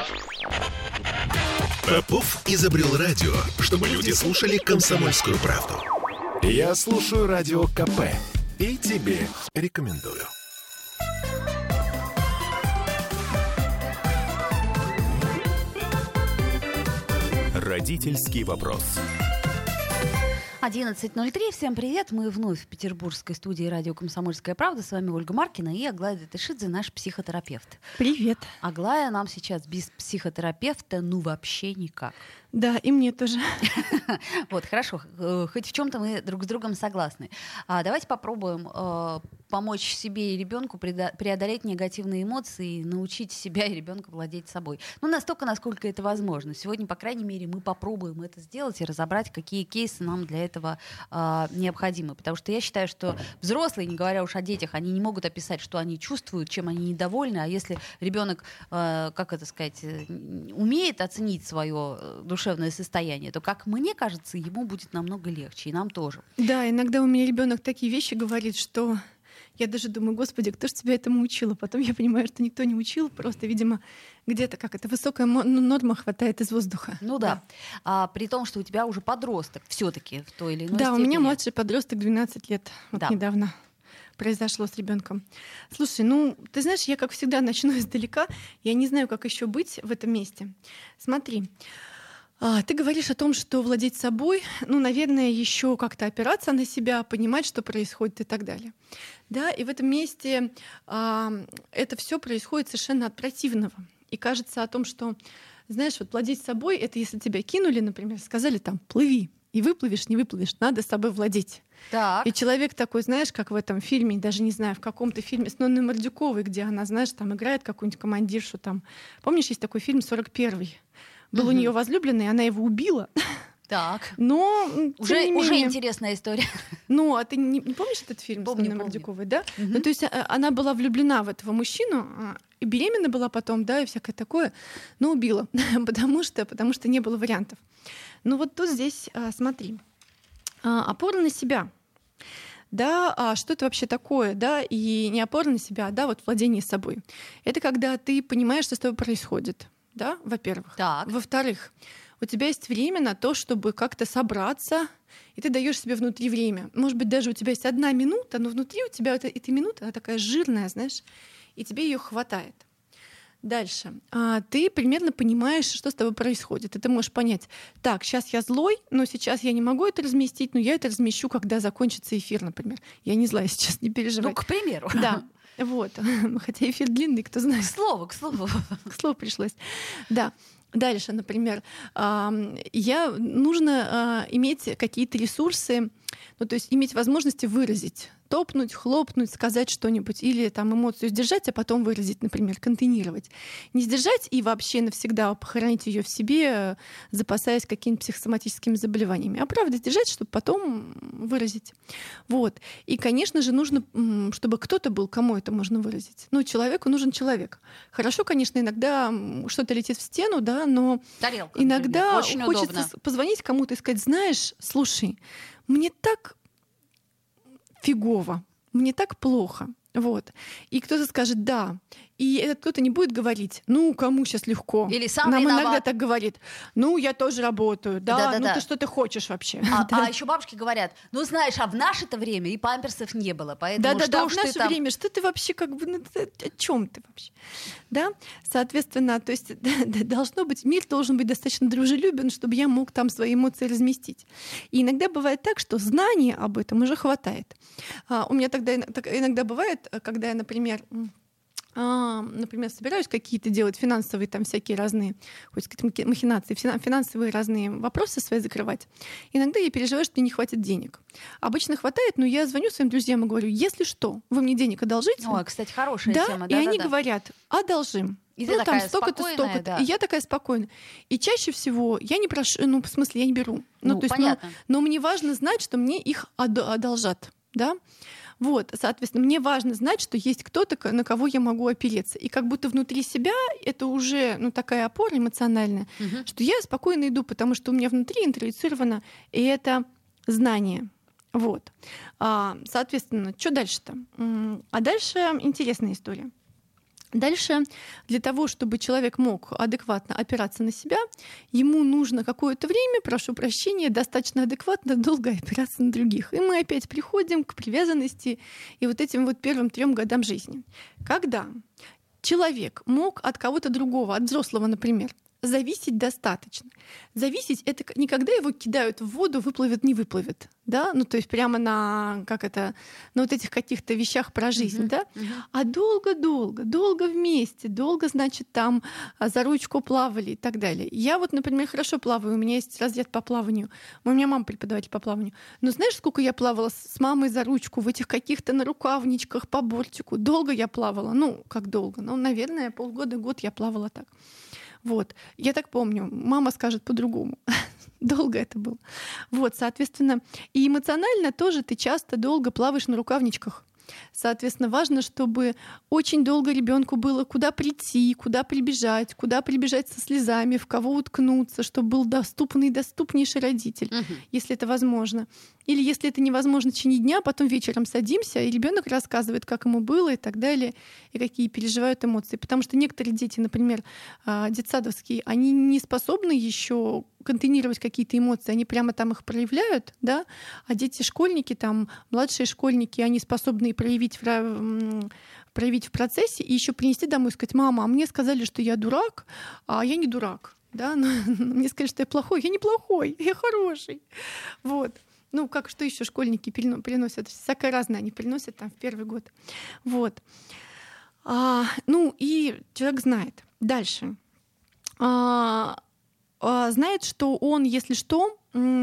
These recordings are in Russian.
Попов изобрел радио, чтобы люди слушали «Комсомольскую правду». Я слушаю Радио КП и тебе рекомендую. Родительский вопрос. 11:03. Всем привет. Мы вновь в петербургской студии радио «Комсомольская правда». С вами Ольга Маркина и Аглая Датышидзе, наш психотерапевт. Привет. Аглая нам сейчас без психотерапевта вообще никак. Да, и мне тоже. Вот, хорошо. Хоть в чем-то мы друг с другом согласны. Давайте попробуем помочь себе и ребенку преодолеть негативные эмоции и научить себя и ребенка владеть собой. Настолько, насколько это возможно. Сегодня, по крайней мере, мы попробуем это сделать и разобрать, какие кейсы нам для этого необходимы. Потому что я считаю, что взрослые, не говоря уж о детях, они не могут описать, что они чувствуют, чем они недовольны. А если ребенок, умеет оценить свое душевное состояние, то, как мне кажется, ему будет намного легче, и нам тоже. Да, иногда у меня ребенок такие вещи говорит, что я даже думаю, Господи, кто же тебя этому учил? А потом я понимаю, что никто не учил, просто, видимо, где-то высокая норма хватает из воздуха. Да. При том, что у тебя уже подросток все-таки в той или иной степени. Да, у меня младший подросток 12 лет. Да. Недавно произошло с ребенком. Слушай, ты знаешь, я, как всегда, начну издалека. Я не знаю, как еще быть в этом месте. Смотри. Ты говоришь о том, что владеть собой, наверное, еще как-то опираться на себя, понимать, что происходит и так далее. Да, и в этом месте это все происходит совершенно от противного. И кажется о том, что, знаешь, владеть собой — это если тебя кинули, например, сказали плыви, и выплывешь, не выплывешь, надо с собой владеть. Так. И человек такой, знаешь, как в этом фильме, даже не знаю, в каком-то фильме с Нонной Мордюковой, где она, знаешь, играет какую-нибудь командиршу. Помнишь, есть такой фильм «41-й»? Был у нее возлюбленный, она его убила. Так. Но уже интересная история. А ты не помнишь этот фильм с Нонной Мордюковой, да? То есть она была влюблена в этого мужчину, и беременна была потом, да, и всякое такое, но убила, потому что не было вариантов. Тут здесь, смотри, опора на себя. Да, что это вообще такое, да, и не опора на себя, да, владение собой. Это когда ты понимаешь, что с тобой происходит. Да, во-первых. Так. Во-вторых, у тебя есть время на то, чтобы как-то собраться, и ты даешь себе внутри время. Может быть, даже у тебя есть 1 минута, но внутри у тебя эта минута, она такая жирная, знаешь, и тебе ее хватает. Дальше. Ты примерно понимаешь, что с тобой происходит. И ты можешь понять, так, сейчас я злой, но сейчас я не могу это разместить, но я это размещу, когда закончится эфир, например. Я не злая сейчас, не переживай. К примеру. Да. Хотя эфир длинный, кто знает. К слову. К слову пришлось. Да. Дальше, например, нужно иметь какие-то ресурсы, то есть иметь возможности выразить, топнуть, хлопнуть, сказать что-нибудь или эмоцию сдержать, а потом выразить, например, контейнировать. Не сдержать и вообще навсегда похоронить ее в себе, запасаясь какими-то психосоматическими заболеваниями, а правда сдержать, чтобы потом выразить. И, конечно же, нужно, чтобы кто-то был, кому это можно выразить. Человеку нужен человек. Хорошо, конечно, иногда что-то летит в стену, да, но тарелка, иногда очень хочется удобно позвонить кому-то и сказать, знаешь, слушай, мне так фигово, мне так плохо. И кто-то скажет «да». И этот кто-то не будет говорить кому сейчас легко. Или сам Нам виноват. иногда так говорит я тоже работаю. Да. Ты что ты хочешь вообще? А еще бабушки говорят, знаешь, а в наше-то время и памперсов не было, поэтому в наше время, что ты вообще о чем ты вообще? Да? Соответственно, то есть мир должен быть достаточно дружелюбен, чтобы я мог свои эмоции разместить. И иногда бывает так, что знания об этом уже хватает. У меня тогда иногда бывает, когда я, например, собираюсь какие-то делать финансовые всякие разные, махинации, финансовые разные вопросы свои закрывать. Иногда я переживаю, что мне не хватит денег. Обычно хватает, но я звоню своим друзьям и говорю, если что, вы мне денег одолжите. Кстати, хорошая тема. И они говорят, одолжим. И ты такая столько-то, спокойная, столько-то. Да. И я такая спокойная. И чаще всего я не прошу, в смысле, я не беру. Понятно. Но мне важно знать, что мне их одолжат. Да? Соответственно, мне важно знать, что есть кто-то, на кого я могу опереться. И как будто внутри себя это уже такая опора эмоциональная, что я спокойно иду, потому что у меня внутри интроицировано и это знание. Соответственно, что дальше-то? А дальше интересная история. Дальше, для того, чтобы человек мог адекватно опираться на себя, ему нужно какое-то время, прошу прощения, достаточно адекватно долго опираться на других. И мы опять приходим к привязанности и вот этим вот первым 3 годам жизни. Когда человек мог от кого-то другого, от взрослого, например, зависеть достаточно. Зависеть — это не когда его кидают в воду, выплывет, не выплывет, да, ну то есть прямо на, на вот этих каких-то вещах про жизнь, да, а долго вместе, долго, значит, там за ручку плавали и так далее. Я вот, например, хорошо плаваю, у меня есть разряд по плаванию, у меня мама преподаватель по плаванию, но знаешь, сколько я плавала с мамой за ручку в этих каких-то нарукавничках по бортику? Долго я плавала, ну, как долго? Ну, наверное, полгода, год я плавала так. Вот, я так помню, мама скажет по-другому. Долго это было. Вот, соответственно, и эмоционально тоже ты часто долго плаваешь на рукавничках. Соответственно, важно, чтобы очень долго ребенку было куда прийти, куда прибежать со слезами, в кого уткнуться, чтобы был доступнейший родитель, если это возможно. Или если это невозможно в течение дня, потом вечером садимся, и ребенок рассказывает, как ему было и так далее, и какие переживают эмоции. Потому что некоторые дети, например, детсадовские, они не способны еще контейнировать какие-то эмоции, они прямо там их проявляют, да, а дети-школьники, там, младшие школьники, они способны проявить в процессе и еще принести домой и сказать: мама, а мне сказали, что я дурак, а я не дурак, да, мне сказали, что я плохой, я не плохой, я хороший, вот. Ну, как что еще школьники приносят? Всякое разное они приносят там в первый год. Вот. Ну, и человек знает. Дальше. Знает, что он, если что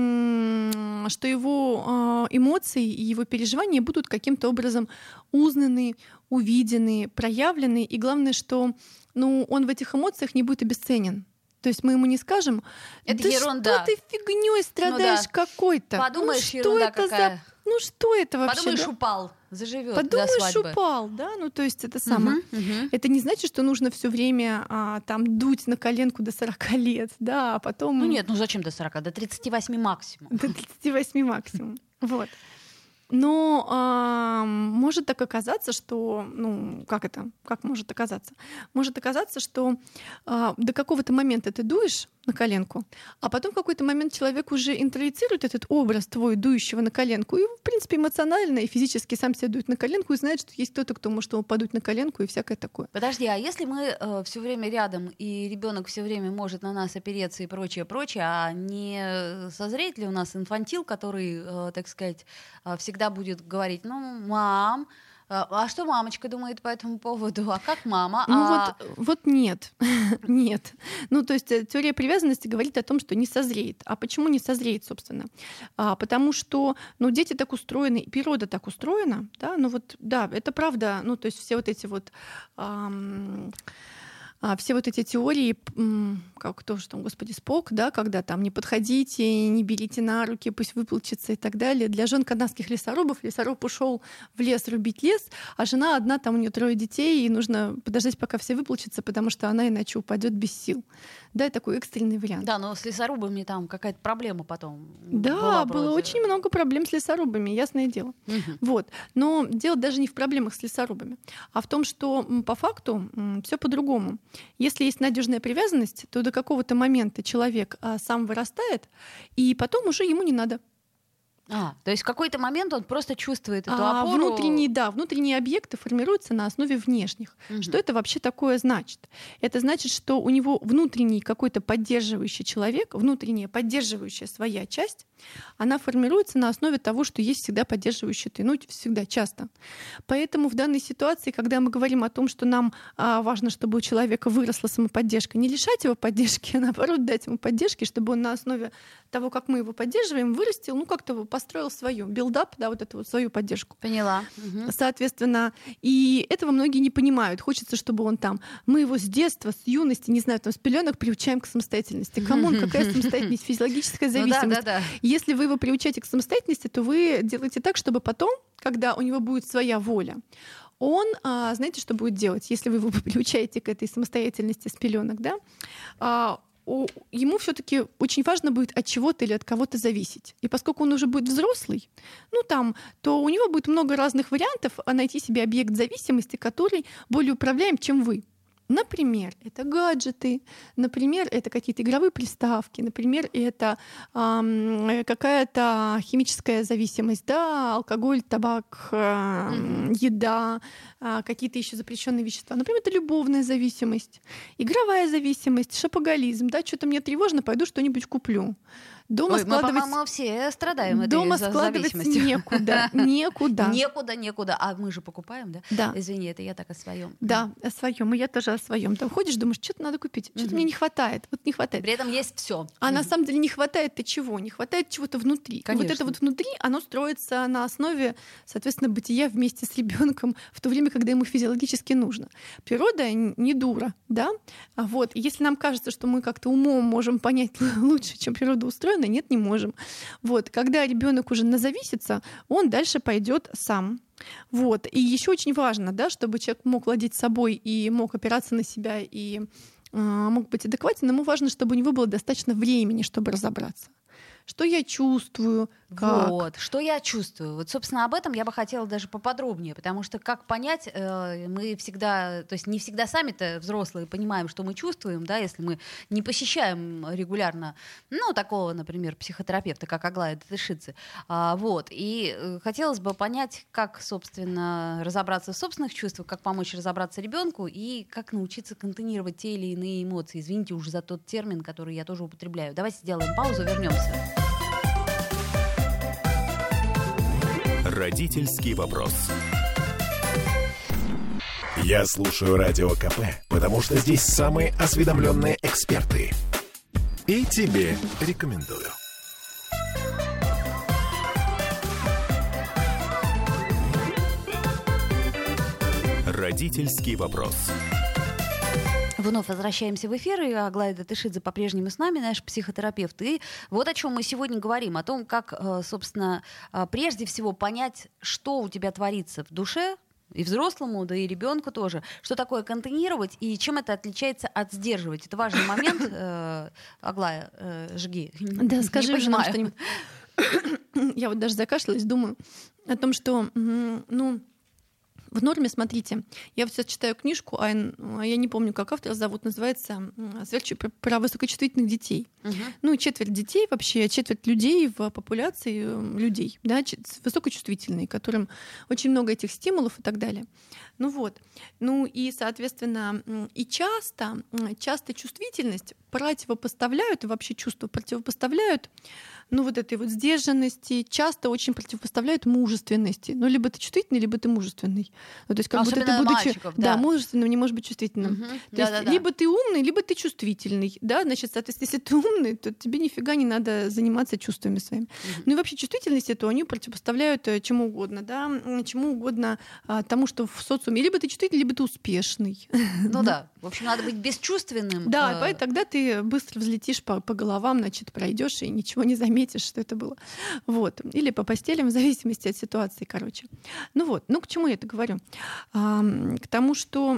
его эмоции и его переживания будут каким-то образом узнаны, увидены, проявлены. И главное, что он в этих эмоциях не будет обесценен. То есть мы ему не скажем: это да ерунда. Что ты фигнёй страдаешь какой-то? Подумаешь, ерунда какая. Что это вообще? Подумаешь, да? Упал, заживет Подумаешь, до свадьбы. упал, да? Ну, то есть это самое. Это не значит, что нужно все время там дуть на коленку до 40 лет, да, а потом... Ну нет, зачем до 40? До 38 максимум. До 38 максимум, вот. Но может так оказаться, что... Как может оказаться? Может оказаться, что до какого-то момента ты дуешь на коленку, а потом в какой-то момент человек уже интроицирует этот образ твой, дующего на коленку, и, в принципе, эмоционально и физически сам себя дует на коленку и знает, что есть кто-то, кто может его подуть на коленку и всякое такое. Подожди, а если мы все время рядом, и ребенок все время может на нас опереться и прочее, а не созреет ли у нас инфантил, который, так сказать, всегда будет говорить: мам, а что мамочка думает по этому поводу? А как мама? Вот нет. Нет. Ну, то есть теория привязанности говорит о том, что не созреет. А почему не созреет, собственно? Потому что, дети так устроены, природа так устроена, да, да, это правда, то есть все вот эти вот... все вот эти теории, как тоже там, господи, Спок, да, когда там не подходите, не берите на руки, пусть выплачется и так далее. Для жен канадских лесорубов лесоруб ушел в лес рубить лес, а жена одна, там у нее 3 детей, и нужно подождать, пока все выплачутся, потому что она иначе упадет без сил. Да, такой экстренный вариант. Да, но с лесорубами там какая-то проблема потом. Да, было очень много проблем с лесорубами, ясное дело. Вот. Но дело даже не в проблемах с лесорубами, а в том, что по факту все по-другому. Если есть надежная привязанность, то до какого-то момента человек сам вырастает, и потом уже ему не надо. То есть в какой-то момент он просто чувствует эту опору. Внутренние объекты формируются на основе внешних. Что это вообще такое значит? Это значит, что у него внутренний какой-то поддерживающий человек, внутренняя поддерживающая своя часть, она формируется на основе того, что есть всегда поддерживающий ты. Всегда, часто. Поэтому в данной ситуации, когда мы говорим о том, что нам важно, чтобы у человека выросла самоподдержка, не лишать его поддержки, а наоборот дать ему поддержки, чтобы он на основе того, как мы его поддерживаем, вырастил, как-то построил свою билдап, да, вот эту вот свою поддержку. Поняла. Соответственно, и этого многие не понимают. Хочется, чтобы он там... Мы его с детства, с юности, не знаю, с пеленок приучаем к самостоятельности. Камон, какая самостоятельность? Физиологическая зависимость. Да. Если вы его приучаете к самостоятельности, то вы делаете так, чтобы потом, когда у него будет своя воля, он, знаете, что будет делать, если вы его приучаете к этой самостоятельности с пеленок, да? ему все-таки очень важно будет от чего-то или от кого-то зависеть. И поскольку он уже будет взрослый, то у него будет много разных вариантов найти себе объект зависимости, который более управляем, чем вы. Например, это гаджеты, например, это какие-то игровые приставки, например, это какая-то химическая зависимость, да, алкоголь, табак, еда, какие-то еще запрещенные вещества. Например, это любовная зависимость, игровая зависимость, шопоголизм, да, что-то мне тревожно, пойду что-нибудь куплю. Дома мы, по-моему, все страдаем этой зависимостью. Некуда. Некуда. А мы же покупаем, да? Да. Извини, это я так о своем. Да, о своем. И я тоже о своем. Там ходишь, думаешь, что-то надо купить, что-то мне не хватает. Вот не хватает. При этом есть все. А на самом деле не хватает-то чего? Не хватает чего-то внутри. Конечно. Вот это вот внутри, оно строится на основе, соответственно, бытия вместе с ребенком в то время, когда ему физиологически нужно. Природа не дура, да? Вот. И если нам кажется, что мы как-то умом можем понять лучше, чем природа устроена, нет, не можем. Вот. Когда ребенок уже назависится, он дальше пойдет сам. Вот. И еще очень важно, да, чтобы человек мог владеть собой и мог опираться на себя и мог быть адекватен, ему важно, чтобы у него было достаточно времени, чтобы разобраться. Что я чувствую? Как? Вот, что я чувствую. Вот, собственно, об этом я бы хотела даже поподробнее, потому что, как понять, мы всегда, то есть не всегда сами-то взрослые понимаем, что мы чувствуем, да, если мы не посещаем регулярно, такого, например, психотерапевта, как Аглая Датышидзе. Вот, и хотелось бы понять, как, собственно, разобраться в собственных чувствах, как помочь разобраться ребенку и как научиться контейнировать те или иные эмоции. Извините уже за тот термин, который я тоже употребляю. Давайте сделаем паузу, вернемся. Родительский вопрос. Я слушаю Радио КП, потому что здесь самые осведомленные эксперты. И тебе рекомендую. Родительский вопрос. Вновь возвращаемся в эфир, и Аглая Датышидзе по-прежнему с нами, наш психотерапевт. И вот о чем мы сегодня говорим, о том, как, собственно, прежде всего понять, что у тебя творится в душе, и взрослому, да и ребенку тоже, что такое контейнировать и чем это отличается от сдерживать. Это важный момент. Аглая, жги. Да, скажи уже нам что-нибудь. Я вот даже закашлялась, думаю о том, что, в норме, смотрите, я вот сейчас читаю книжку, я не помню, как автора зовут, называется «Про высокочувствительных детей». Четверть детей вообще, четверть людей в популяции людей, да, высокочувствительные, которым очень много этих стимулов и так далее. И, соответственно, и часто чувствительность противопоставляют, и вообще чувства противопоставляют, этой вот сдержанности, часто очень противопоставляют мужественности. Либо ты чувствительный, либо ты мужественный. То есть, как будто ты, будучи мужественным, не можешь быть чувствительным. Либо ты умный, либо ты чувствительный. Да? Значит, соответственно, если ты умный, то тебе нифига не надо заниматься чувствами своими. И вообще чувствительность эту они противопоставляют чему угодно, да? Чему угодно тому, что в социуме. Либо ты чувствительный, либо ты успешный. В общем, надо быть бесчувственным. Да, поэтому тогда ты быстро взлетишь по головам, значит, пройдешь и ничего не заметишь, что это было. Вот. Или по постелям, в зависимости от ситуации, короче. К чему я это говорю? К тому, что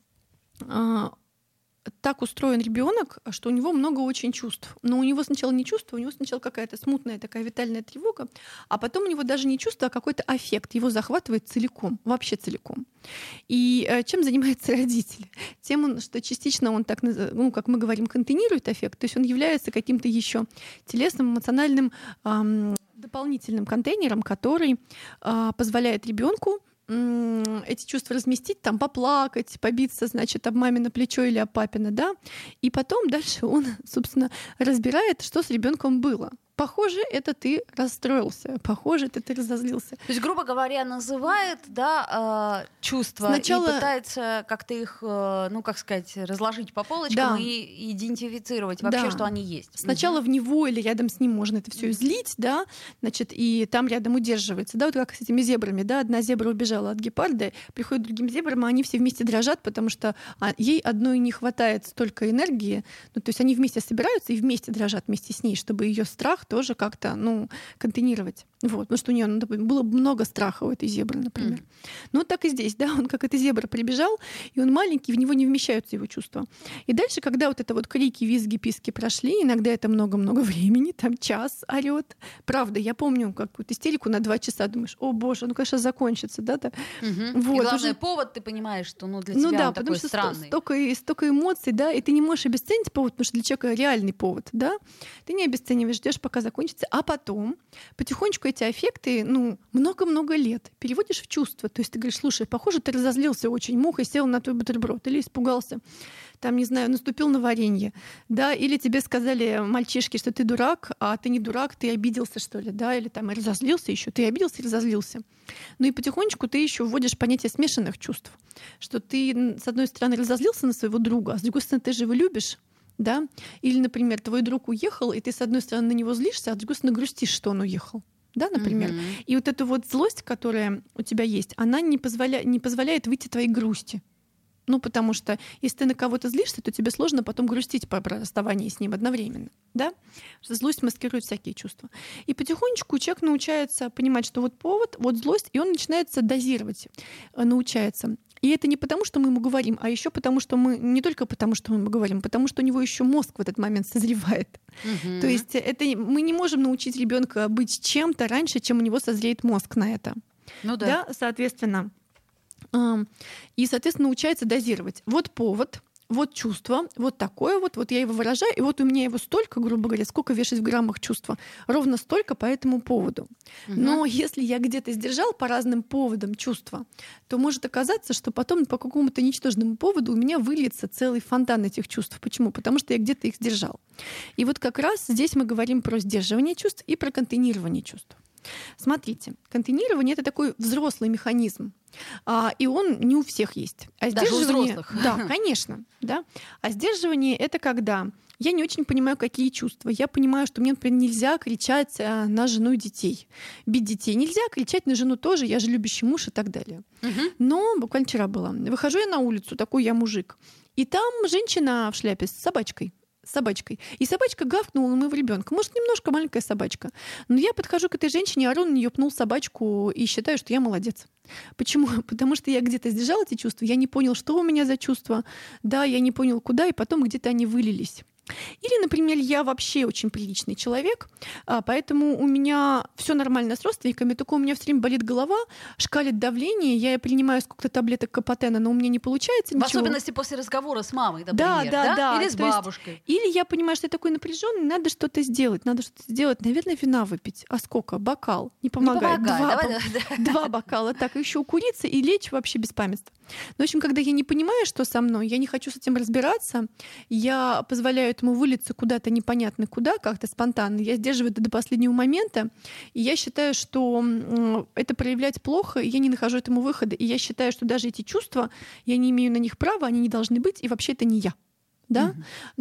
так устроен ребенок, что у него много очень чувств. Но у него сначала не чувство, у него сначала какая-то смутная такая витальная тревога, а потом у него даже не чувство, а какой-то аффект. Его захватывает целиком, вообще целиком. И чем занимается родитель? Тем, что частично он так, как мы говорим, контейнирует аффект, то есть он является каким-то еще телесным, эмоциональным дополнительным контейнером, который позволяет ребенку эти чувства разместить, там поплакать, побиться, значит, об мамино плечо или об папино, да, и потом дальше он, собственно, разбирает, что с ребенком было. Похоже, это ты расстроился, похоже, это ты разозлился. То есть, грубо говоря, называет, чувства сначала... и пытается как-то их, разложить по полочкам и идентифицировать вообще, что они есть. Сначала в него или рядом с ним можно это все излить, да, значит, и там рядом удерживается, да, вот как с этими зебрами, да, одна зебра убежала от гепарда, приходит к другим зебрам, а они все вместе дрожат, потому что ей одной не хватает столько энергии, то есть они вместе собираются и вместе дрожат вместе с ней, чтобы ее страх тоже как-то, контейнировать. Вот, потому что у нее было много страха у этой зебры, например. Ну, вот так и здесь, да, он как эта зебра прибежал, и он маленький, в него не вмещаются его чувства. И дальше, когда вот это вот крики, визги, писки прошли, иногда это много-много времени, там час орёт. Правда, я помню какую-то истерику на 2 часа, думаешь, о боже, ну, конечно, закончится, да-то. Вот, и главное, повод, ты понимаешь, что для тебя он такой странный. Столько эмоций, да, и ты не можешь обесценить повод, потому что для человека реальный повод, да. Ты не обесцениваешь, ждешь, пока закончится, а потом потихонечку эти аффекты, много-много лет переводишь в чувства. То есть ты говоришь, слушай, похоже, ты разозлился очень, мухой сел на твой бутерброд или испугался, там, не знаю, наступил на варенье, да, или тебе сказали мальчишки, что ты дурак, а ты не дурак, ты обиделся, что ли, да, или там и разозлился еще, ты обиделся и разозлился. Ну и потихонечку ты еще вводишь понятие смешанных чувств, что ты, с одной стороны, разозлился на своего друга, а с другой стороны, ты же его любишь, да, или, например, твой друг уехал, и ты, с одной стороны, на него злишься, а с другой стороны, грустишь, что он уехал. Да, например. И вот эта вот злость, которая у тебя есть, она не позволяет выйти твоей грусти. Ну, потому что если ты на кого-то злишься, то тебе сложно потом грустить по расставании с ним одновременно. Да? Потому что злость маскирует всякие чувства. И потихонечку человек научается понимать, что вот повод, вот злость, и он начинается дозировать, научается. И это не потому, что мы ему говорим, а еще потому, что не только потому, что мы ему говорим, потому что у него еще мозг в этот момент созревает. То есть мы не можем научить ребенка быть чем-то раньше, чем у него созреет мозг на это. Ну да. Соответственно, научается дозировать. Вот повод, вот чувство, вот такое вот я его выражаю, и вот у меня его столько, грубо говоря, сколько вешать в граммах чувства, ровно столько по этому поводу. Но если я где-то сдержал по разным поводам чувства, то может оказаться, что потом по какому-то ничтожному поводу у меня выльется целый фонтан этих чувств. Почему? Потому что я где-то их сдержал. И вот как раз здесь мы говорим про сдерживание чувств и про контейнирование чувств. Смотрите, контейнирование — это такой взрослый механизм, и он не у всех есть. А даже у взрослых. Да, конечно. Да. А сдерживание — это когда я не очень понимаю, какие чувства. Я понимаю, что мне, например, нельзя кричать на жену и детей. Бить детей нельзя, кричать на жену тоже, я же любящий муж и так далее. Но буквально вчера была. Выхожу я на улицу, такой я мужик, и там женщина в шляпе с собачкой. И собачка гавкнула на моего ребенка. Может, немножко маленькая собачка. Но я подхожу к этой женщине, ору на нее, пнул собачку и считаю, что я молодец. Почему? Потому что я где-то сдержала эти чувства, я не понял, что у меня за чувства, да, я не понял, куда, и потом где-то они вылились. Или, например, я вообще очень приличный человек, поэтому у меня все нормально с родственниками, только у меня все время болит голова, шкалит давление, я принимаю сколько-то таблеток капотена, но у меня не получается ничего. В особенности после разговора с мамой, например, да? Или с бабушкой. Или я понимаю, что я такой напряженный, надо что-то сделать, наверное, вина выпить. А сколько? Бокал. Не помогает. Два бокала. Так, еще укуриться и лечь вообще без памятства. В общем, когда я не понимаю, что со мной, я не хочу с этим разбираться, я позволяю этому вылиться куда-то непонятно куда, как-то спонтанно, я сдерживаю это до последнего момента, и я считаю, что это проявлять плохо, и я не нахожу этому выхода, и я считаю, что даже эти чувства, я не имею на них права, они не должны быть, и вообще это не я. Да?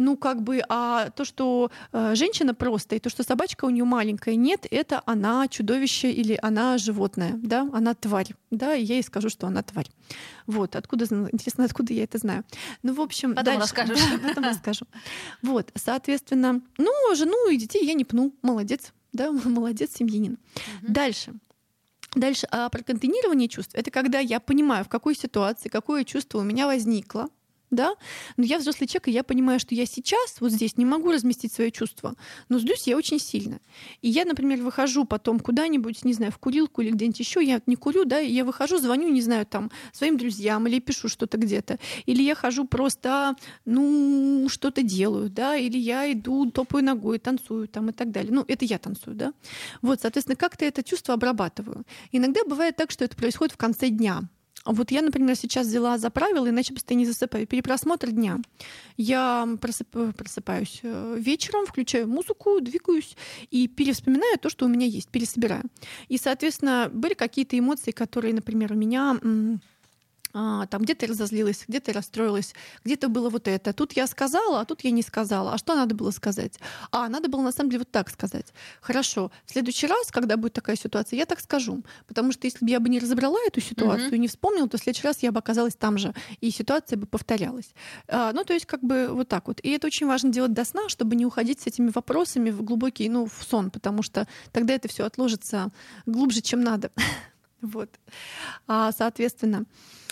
А то, что женщина просто, и то, что собачка у нее маленькая, нет, это она чудовище или она животное, да, она тварь, да, и я ей скажу, что она тварь. Вот, интересно, откуда я это знаю. В общем, потом расскажешь. Потом расскажу. Вот, соответственно, жену и детей я не пну, молодец, да, молодец, семьянин. Дальше, про контейнирование чувств, это когда я понимаю, в какой ситуации, какое чувство у меня возникло, да, но я взрослый человек, и я понимаю, что я сейчас вот здесь не могу разместить свои чувства, но злюсь я очень сильно. И я, например, выхожу потом куда-нибудь, не знаю, в курилку или где-нибудь еще, я не курю, да, и я выхожу, звоню, не знаю, там, своим друзьям или пишу что-то где-то, или я хожу просто, что-то делаю, да, или я иду, топаю ногой, танцую там и так далее. Это я танцую, да. Вот, соответственно, как-то это чувство обрабатываю. Иногда бывает так, что это происходит в конце дня. Вот я, например, сейчас взяла за правило, иначе просто не засыпаю. Перепросмотр дня. Я просыпаюсь вечером, включаю музыку, двигаюсь и перевспоминаю то, что у меня есть, пересобираю. И, соответственно, были какие-то эмоции, которые, например, у меня там где-то разозлилась, где-то расстроилась, где-то было вот это. Тут я сказала, а тут я не сказала. А что надо было сказать? Надо было на самом деле вот так сказать. Хорошо, в следующий раз, когда будет такая ситуация, я так скажу. Потому что если бы я бы не разобрала эту ситуацию и не вспомнила, то в следующий раз я бы оказалась там же, и ситуация бы повторялась. То есть как бы вот так вот. И это очень важно делать до сна, чтобы не уходить с этими вопросами в глубокий, в сон, потому что тогда это все отложится глубже, чем надо. Вот. Соответственно,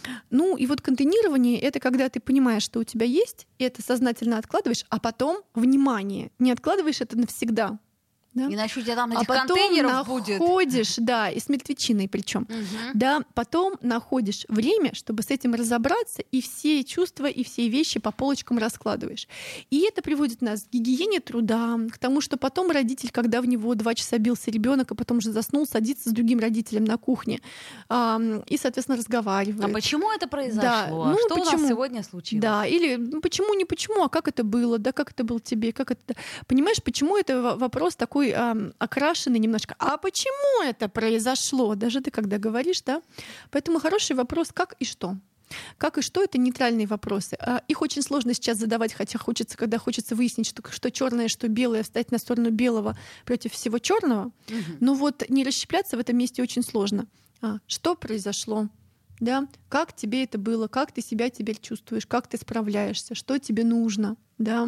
и вот контейнирование — это когда ты понимаешь, что у тебя есть, и это сознательно откладываешь, а потом, внимание, не откладываешь это навсегда. Да? Иначе у тебя там этих контейнеров будет. Находишь, да, и с мертвечиной причем. Да, потом находишь время, чтобы с этим разобраться, и все чувства, и все вещи по полочкам раскладываешь. И это приводит нас к гигиене труда, к тому, что потом родитель, когда в него 2 часа бился ребенок, а потом уже заснул, садится с другим родителем на кухне и, соответственно, разговаривает. А почему это произошло? Да, что у нас сегодня случилось? Да, или почему, не почему, а как это было, да, как это было тебе, как это... Понимаешь, почему это вопрос такой окрашенный немножко. А почему это произошло? Даже ты когда говоришь, да? Поэтому хороший вопрос, как и что. Как и что — это нейтральные вопросы. Их очень сложно сейчас задавать, хотя когда хочется выяснить, что черное, что белое, встать на сторону белого против всего черного. Но вот не расщепляться в этом месте очень сложно. Что произошло? Да? Как тебе это было? Как ты себя теперь чувствуешь? Как ты справляешься? Что тебе нужно? Да?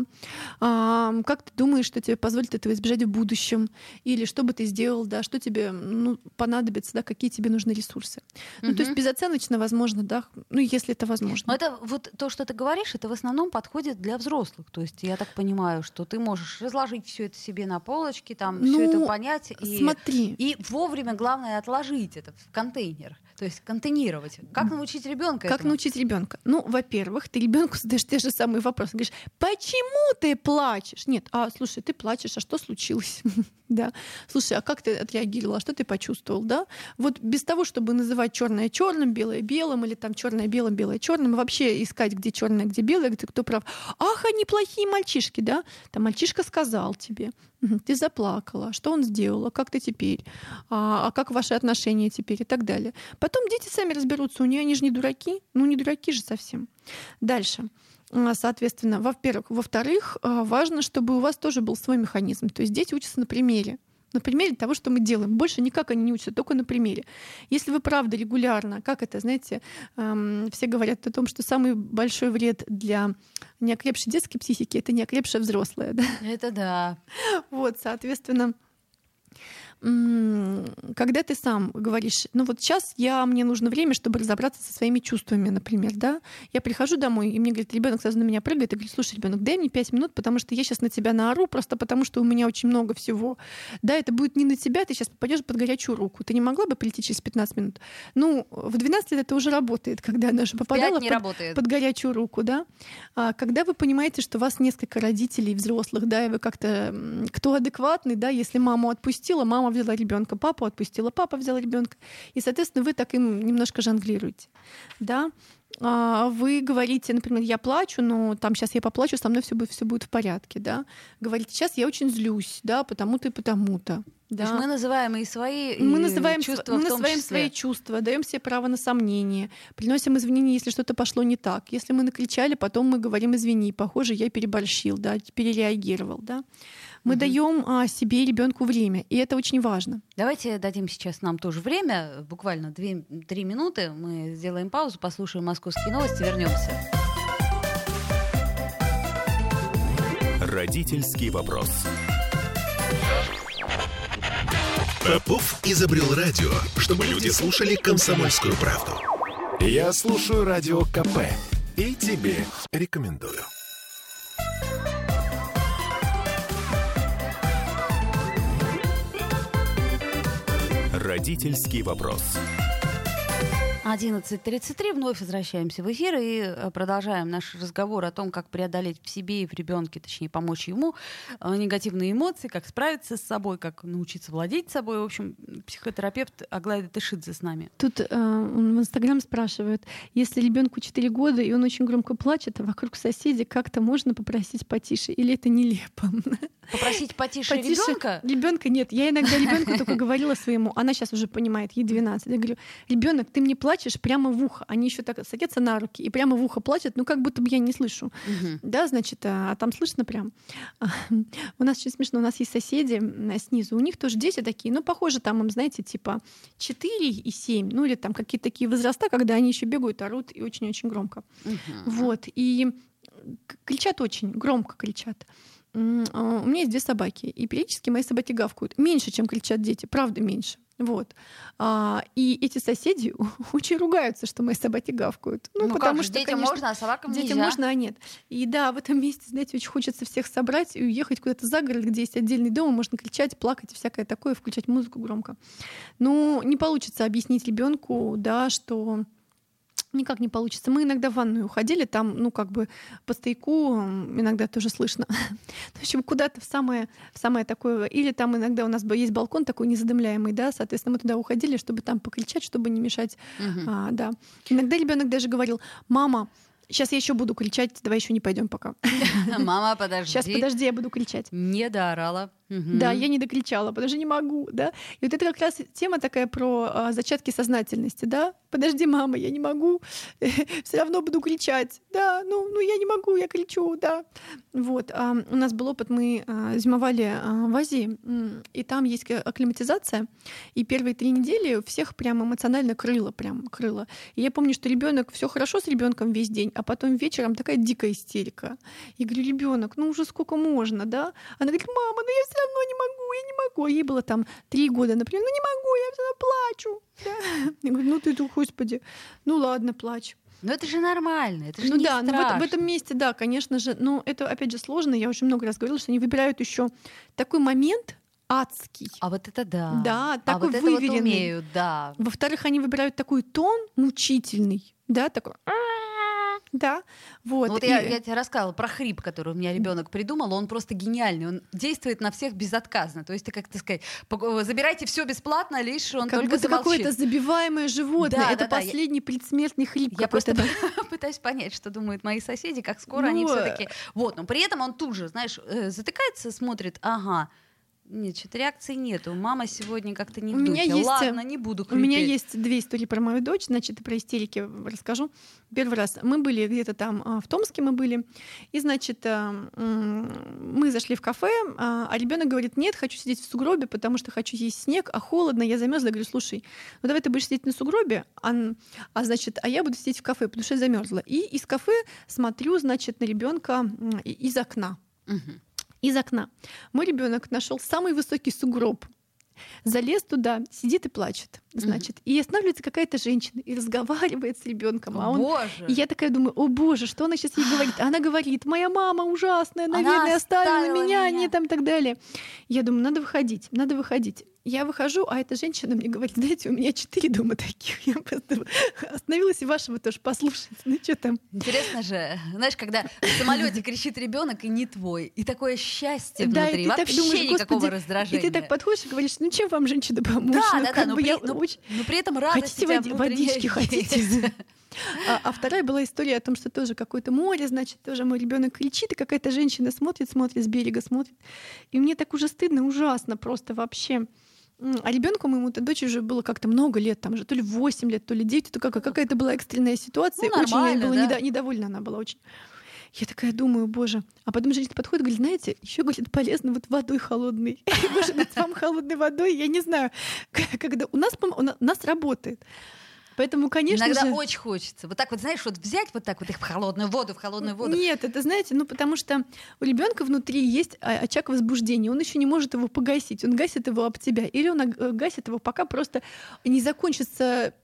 Как ты думаешь, что тебе позволит этого избежать в будущем? Или что бы ты сделал, да? Что тебе понадобится, да? Какие тебе нужны ресурсы? То есть безоценочно возможно, да? Если это возможно. Но это вот то, что ты говоришь, это в основном подходит для взрослых. То есть я так понимаю, что ты можешь разложить все это себе на полочке, там все это понять и вовремя, главное, отложить это в контейнер. То есть контейнировать. Как научить ребенка? Как научить ребенка? Во-первых, ты ребенку задаешь те же самые вопросы. Говоришь, почему ты плачешь? Нет, слушай, ты плачешь, а что случилось? Да. Слушай, а как ты отреагировала? Что ты почувствовал? Да? Вот без того, чтобы называть черное черным, белое белым, или там черное белым, белое черным, и вообще искать, где черное, где белое, где кто прав. Ах, они плохие мальчишки, да? Там мальчишка сказал тебе, ты заплакала, что он сделал, а как ты теперь, а как ваши отношения теперь и так далее. Потом дети сами разберутся, они же не дураки, не дураки же совсем. Дальше. Соответственно, во-вторых, важно, чтобы у вас тоже был свой механизм. То есть дети учатся на примере того, что мы делаем. Больше никак они не учатся, только на примере. Если вы правда регулярно, как это, знаете, все говорят о том, что самый большой вред для неокрепшей детской психики — это неокрепшая взрослая. Да? Это да. Вот, соответственно, когда ты сам говоришь, вот сейчас мне нужно время, чтобы разобраться со своими чувствами, например, да, я прихожу домой, и мне говорит, ребенок сразу на меня прыгает, и говорит, слушай, ребенок, дай мне 5 минут, потому что я сейчас на тебя наору, просто потому что у меня очень много всего. Да, это будет не на тебя, ты сейчас попадешь под горячую руку. Ты не могла бы прийти через 15 минут? В 12 лет это уже работает, когда она же попадала под горячую руку, да. Когда вы понимаете, что у вас несколько родителей, взрослых, да, и вы как-то, кто адекватный, да, если маму отпустила, мама взяла ребенка, папу отпустила, папа взял ребенка, и, соответственно, вы так им немножко жонглируете, да. Вы говорите, например, я плачу, но там сейчас я поплачу, со мной все будет в порядке, да. Говорите, сейчас я очень злюсь, да, потому-то и потому-то. Да. То есть мы называем и свои чувства, мы называем свои чувства, даем себе право на сомнение, приносим извинения, если что-то пошло не так. Если мы накричали, потом мы говорим извини, похоже, я переборщил, да, перереагировал, да. Мы даем себе и ребенку время, и это очень важно. Давайте дадим сейчас нам тоже время, буквально 2-3 минуты. Мы сделаем паузу, послушаем московские новости, вернемся. Родительский вопрос. Попов изобрел радио, чтобы люди слушали «Комсомольскую правду». Я слушаю радио КП и тебе рекомендую. Родительский вопрос. 11:33, вновь возвращаемся в эфир и продолжаем наш разговор о том, как преодолеть в себе и в ребенке, точнее, помочь ему негативные эмоции, как справиться с собой, как научиться владеть собой. В общем, психотерапевт Аглая Датышидзе с нами. Тут в Инстаграм спрашивают, если ребенку 4 года, и он очень громко плачет, а вокруг соседей, как-то можно попросить потише? Или это нелепо? Попросить потише ребенка? Ребенка нет. Я иногда ребенку только говорила своему, она сейчас уже понимает, ей 12. Я говорю: ребенок, ты мне плачешь прямо в ухо. Они еще так садятся на руки и прямо в ухо плачут, ну как будто бы я не слышу. Да, значит, а там слышно прям. У нас очень смешно, у нас есть соседи снизу, у них тоже дети такие, ну похоже, там им, знаете, типа 4 и 7, ну или там какие-то такие возраста, когда они еще бегают, орут и очень-очень громко. Вот. И кричат очень, громко кричат. У меня есть 2 собаки, и периодически мои собаки гавкают. Меньше, чем кричат дети, правда, меньше. Вот. И эти соседи очень ругаются, что мои собаки гавкают. Ну потому как же, что, детям конечно, можно, а собакам нельзя. детям можно, а нет. И да, в этом месте, знаете, очень хочется всех собрать и уехать куда-то за город, где есть отдельный дом, и можно кричать, плакать и всякое такое, включать музыку громко. Но не получится объяснить ребенку, да, что никак не получится. Мы иногда в ванную уходили, там, ну, как бы по стояку иногда тоже слышно. В общем, куда-то в самое такое... Или там иногда у нас есть балкон такой незадымляемый, да, соответственно, мы туда уходили, чтобы там покричать, чтобы не мешать. Да. Иногда ребенок даже говорил: мама, сейчас я еще буду кричать, давай еще не пойдем пока. Мама, подожди. Сейчас, подожди, я буду кричать. Не доорала. Да, я не докричала, потому что не могу, да. И вот это как раз тема такая про зачатки сознательности, да. Подожди, мама, я не могу, все равно буду кричать, да. Ну я не могу, я кричу, да. Вот. У нас был опыт, мы зимовали в Азии, и там есть акклиматизация, и первые 3 недели всех прям эмоционально крыло. И я помню, что ребенок, все хорошо с ребенком весь день, а потом вечером такая дикая истерика. Я говорю: ребенок, ну уже сколько можно, да? Она говорит: мама, ну я все равно не могу. Ей было там 3 года, например. Ну не могу, я все равно плачу. Да? Я говорю: ну ты, господи, ну ладно, плачь. Но это же нормально, это же Ну не да, страшно. в этом месте, да, конечно же. Но это, опять же, сложно. Я очень много раз говорила, что они выбирают еще такой момент адский. А вот это да. Да, такой вот выверенный. Это вот умеют, да. Во-вторых, они выбирают такой тон мучительный, да, такой... Да, вот. Вот я тебе рассказывала про хрип, который у меня ребенок придумал. Он просто гениальный. Он действует на всех безотказно. То есть, как сказать, забирайте все бесплатно, лишь он как только будто замолчит. какое-то забиваемое животное. Да, это последний предсмертный хрип. Я просто пытаюсь понять, что думают мои соседи, как скоро они все-таки. Вот, но при этом он тут же, знаешь, затыкается, смотрит, ага. Нет, что-то реакции нету. Мама сегодня как-то не в духе. Ладно, не буду хрипеть. У меня есть 2 истории про мою дочь. Значит, про истерики расскажу. Первый раз мы были где-то там в Томске, мы были. И, значит, мы зашли в кафе, а ребенок говорит: нет, хочу сидеть в сугробе, потому что хочу есть снег, а холодно, я замерзла. Я говорю: слушай, ну давай ты будешь сидеть на сугробе, а я буду сидеть в кафе, потому что я замерзла. И из кафе смотрю, значит, на ребенка из окна. Из окна. Мой ребенок нашел самый высокий сугроб, залез туда, сидит и плачет, значит. И останавливается какая-то женщина и разговаривает с ребенком. Боже! И я такая думаю: о боже, что она сейчас ей говорит? Она говорит: моя мама ужасная, наверное, оставила меня, не там и так далее. Я думаю: надо выходить. Я выхожу, а эта женщина мне говорит: знаете, у меня 4 дома таких. Я просто остановилась и вашего тоже послушать. Ну что там? Интересно же, знаешь, когда в самолете кричит ребенок и не твой, и такое счастье внутри, да, вообще думаешь, никакого Господи, раздражения. И ты так подходишь и говоришь: ну чем вам, женщина, помочь? Да, но при этом радость у тебя водички хотите? А вторая была история о том, что тоже какое-то море, значит, тоже мой ребенок кричит, и какая-то женщина смотрит с берега, смотрит. И мне так уже стыдно, ужасно просто вообще. А ребенку моему-то дочери уже было как-то много лет, там же то ли 8 лет, то ли 9, то какая-то была экстренная ситуация. Ну, очень я была да? недовольна она была очень. Я такая думаю: боже. А потом женщина подходит и говорит: знаете, еще, говорит, полезно вот водой холодной. Может быть, вам холодной водой, я не знаю. Когда у нас работает. Поэтому, конечно иногда же... очень хочется. Вот так вот, знаешь, вот взять вот так вот их в холодную воду. Нет, это, знаете, потому что у ребенка внутри есть очаг возбуждения. Он еще не может его погасить. Он гасит его об тебя. Или он гасит его, пока просто не закончится...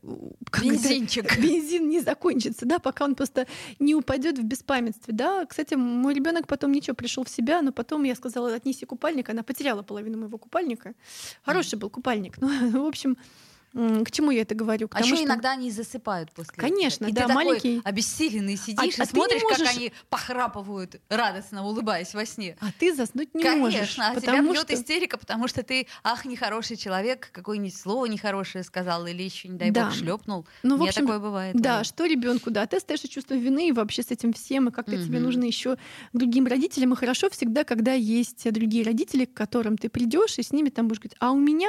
Бензин не закончится, да, пока он просто не упадет в беспамятстве. Да. Кстати, мой ребенок потом ничего, пришел в себя, но потом я сказала: отнеси купальник. Она потеряла половину моего купальника. Хороший был купальник. Ну, в общем... К чему я это говорю? А еще иногда они засыпают после этого. Конечно, и да, ты маленький... такой обессиленный сидишь и смотришь, как они похрапывают, радостно улыбаясь во сне. А ты заснуть не Конечно, можешь. Конечно, тебя бьет истерика, потому что ты, нехороший человек, какое-нибудь слово нехорошее сказал или еще, не дай бог, шлепнул. Ну, в общем, такое бывает. Да, что ребенку, да, ты остаешься чувство вины и вообще с этим всем, и как-то тебе нужно еще другим родителям. И хорошо всегда, когда есть другие родители, к которым ты придешь и с ними там будешь говорить: а у меня,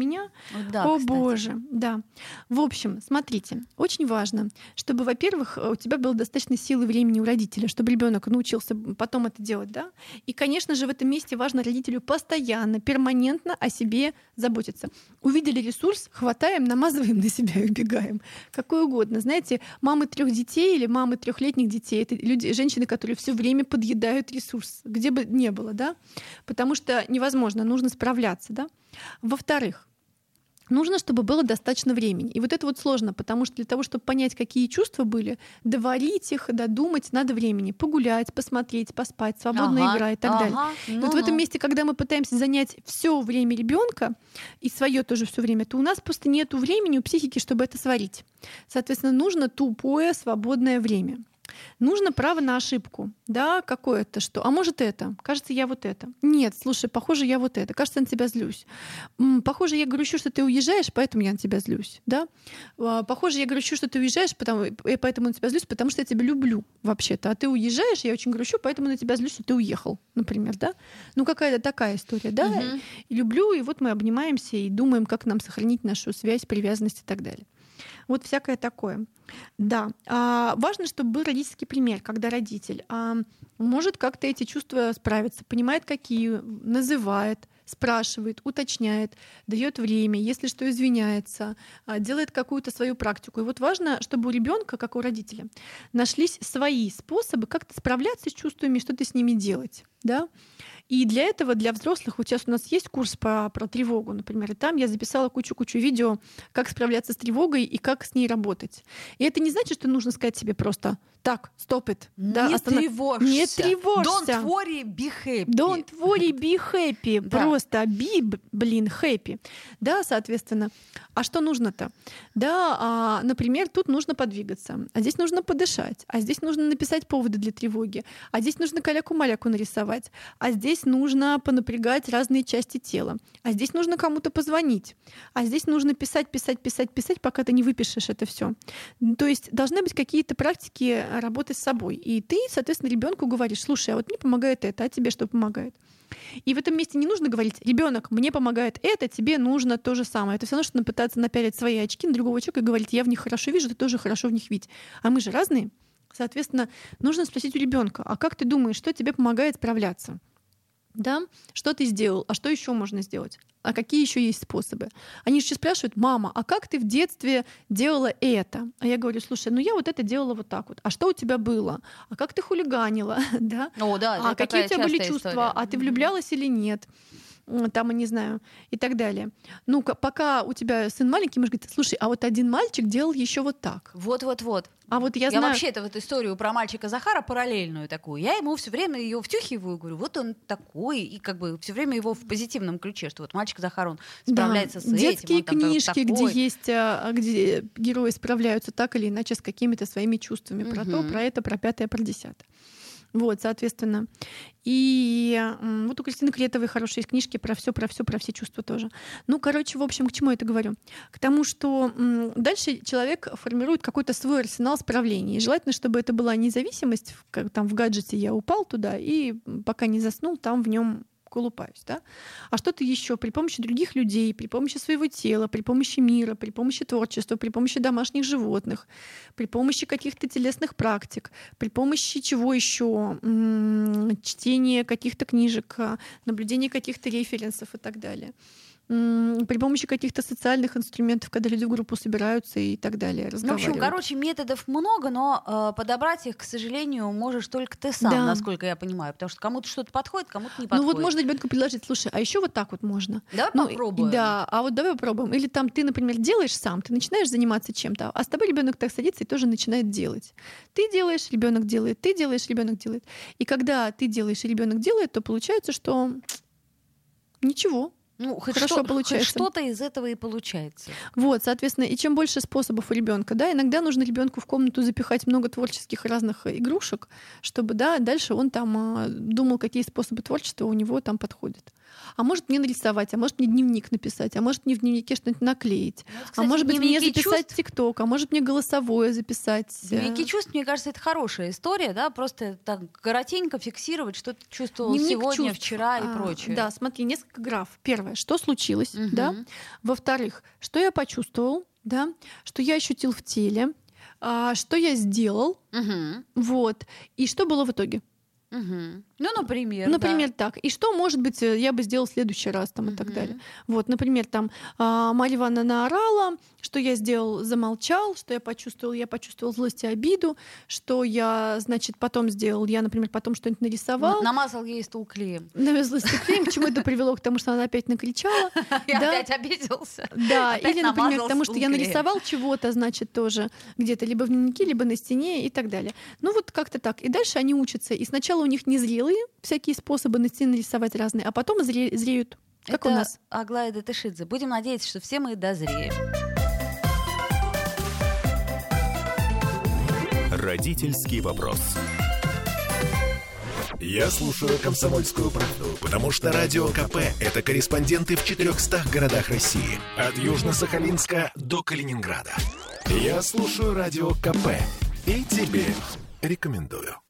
да, о кстати. боже, да. В общем, смотрите, очень важно, чтобы, во-первых, у тебя было достаточно силы и времени у родителя, чтобы ребенок научился потом это делать, да. И, конечно же, в этом месте важно родителю постоянно, перманентно о себе заботиться. Увидели ресурс, хватаем, намазываем на себя и убегаем. Какой угодно. Знаете, мамы 3 детей или мамы 3-летних детей — это люди, женщины, которые все время подъедают ресурс, где бы ни было, да, потому что невозможно, нужно справляться, да. Во-вторых, нужно, чтобы было достаточно времени. И вот это вот сложно, потому что для того, чтобы понять, какие чувства были, доварить их, додумать, надо времени. Погулять, посмотреть, поспать, свободно играть и так далее. И вот в этом месте, когда мы пытаемся занять все время ребенка и свое тоже все время, то у нас просто нет времени у психики, чтобы это сварить. Соответственно, нужно тупое свободное время. Нужно право на ошибку, да, какое-то, что, а может это, кажется, я вот это. Нет, слушай, похоже, я вот это, кажется, я на тебя злюсь. Похоже, я грущу, что ты уезжаешь, поэтому я на тебя злюсь, да. Похоже, я грущу, что ты уезжаешь, поэтому на тебя злюсь, потому что я тебя люблю вообще-то, а ты уезжаешь, я очень грущу, поэтому на тебя злюсь, что ты уехал, например, да. Ну, какая-то такая история, да. И люблю, и вот мы обнимаемся и думаем, как нам сохранить нашу связь, привязанность и так далее. Вот всякое такое. Да. Важно, чтобы был родительский пример, когда родитель может как-то эти чувства справиться, понимает, какие, называет, спрашивает, уточняет, дает время, если что, извиняется, делает какую-то свою практику. И вот важно, чтобы у ребенка, как у родителя, нашлись свои способы как-то справляться с чувствами, что-то с ними делать. Да? И для этого, для взрослых, вот сейчас у нас есть курс про тревогу, например, и там я записала кучу видео, как справляться с тревогой и как с ней работать. И это не значит, что нужно сказать себе просто: так, stop it. Не тревожься. Не тревожься. Don't worry, be happy. Don't worry, be happy. Да. Просто be, happy. Да, соответственно. А что нужно-то? Да, например, тут нужно подвигаться, а здесь нужно подышать, а здесь нужно написать поводы для тревоги, а здесь нужно каляку-маляку нарисовать, а здесь нужно понапрягать разные части тела, а здесь нужно кому-то позвонить, а здесь нужно писать, пока ты не выпишешь это все. То есть должны быть какие-то практики работы с собой. И ты, соответственно, ребенку говоришь: слушай, а вот мне помогает это, а тебе что помогает? И в этом месте не нужно говорить: ребенок, мне помогает это, тебе нужно то же самое. Это все равно, что пытаться напялить свои очки на другого человека и говорить: я в них хорошо вижу, ты тоже хорошо в них видишь. А мы же разные. Соответственно, нужно спросить у ребенка: а как ты думаешь, что тебе помогает справляться? Да? Что ты сделал? А что еще можно сделать? А какие еще есть способы? Они же спрашивают: мама, а как ты в детстве делала это? А я говорю: слушай, я вот это делала вот так вот. А что у тебя было? А как ты хулиганила? Да? Да, а какие у тебя были чувства? История. А ты влюблялась или нет? Там, я не знаю, и так далее. Ну, пока у тебя сын маленький, может говорить: слушай, а вот один мальчик делал еще вот так. Вот. А вот я знаю... знаю... вообще это вот историю про мальчика Захара параллельную такую. Я ему все время ее втюхиваю, говорю: вот он такой, и как бы все время его в позитивном ключе, что вот мальчик Захар, он справляется с этим. Детские книжки, такой. где герои справляются так или иначе с какими-то своими чувствами про то, про это, про пятое, про десятое. Вот, соответственно. И вот у Кристины Кретовой хорошие книжки про все чувства тоже. Ну, короче, в общем, к чему я это говорю? К тому, что дальше человек формирует какой-то свой арсенал справлений. И желательно, чтобы это была независимость, как там в гаджете я упал туда, и пока не заснул, там в нем колупаюсь, да? А что-то еще при помощи других людей, при помощи своего тела, при помощи мира, при помощи творчества, при помощи домашних животных, при помощи каких-то телесных практик, при помощи чего еще? Чтения каких-то книжек, наблюдения каких-то референсов и так далее. При помощи каких-то социальных инструментов, когда люди в группу собираются и так далее, разговаривают. В общем, методов много, но подобрать их, к сожалению, можешь только ты сам, насколько я понимаю, потому что кому-то что-то подходит, кому-то не подходит. Ну вот можно ребенку предложить: слушай, а еще вот так вот можно. Давай попробуем. Да, а вот давай попробуем. Или там ты, например, делаешь сам, ты начинаешь заниматься чем-то, а с тобой ребенок так садится и тоже начинает делать. Ты делаешь, ребенок делает, ты делаешь, ребенок делает. И когда ты делаешь и ребенок делает, то получается, что ничего. хорошо получается. Хоть что-то из этого и получается. Вот, соответственно, и чем больше способов у ребенка, да, иногда нужно ребенку в комнату запихать много творческих разных игрушек, чтобы, да, дальше он там думал, какие способы творчества у него там подходят. А может мне нарисовать, а может мне дневник написать, а может мне в дневнике что-нибудь наклеить, кстати, а может быть мне записать чувств... ТикТок, а может мне голосовое записать. Дневники чувств, мне кажется, это хорошая история, да, просто так коротенько фиксировать, что ты чувствовал Дневник сегодня, чувств. вчера и прочее. Да, смотри, несколько граф. Первое, что случилось, да. Во-вторых, что я почувствовал, да, что я ощутил в теле, что я сделал, вот, и что было в итоге. Ну, например. Например, так. И что, может быть, я бы сделал в следующий раз там, и так далее. Вот, например, там Марья Ивановна наорала, что я сделал, замолчал, что я почувствовал злость и обиду, что я, значит, потом сделал, я, например, потом что-нибудь нарисовал. Намазал ей стул клеем. Намазал стул клеем, к чему это привело? К тому, что она опять накричала. И опять обиделся. Да, или, например, к тому, что я нарисовал чего-то, значит, тоже где-то либо в дневнике, либо на стене и так далее. Ну вот как-то так. И дальше они учатся. И сначала у них незрелые всякие способы на стене нарисовать разные, а потом зреют. Как у нас. Аглая Датышидзе. Будем надеяться, что все мы дозреем. Родительский вопрос. Я слушаю «Комсомольскую правду», потому что Радио КП — это корреспонденты в 400 городах России. От Южно-Сахалинска до Калининграда. Я слушаю Радио КП и тебе рекомендую.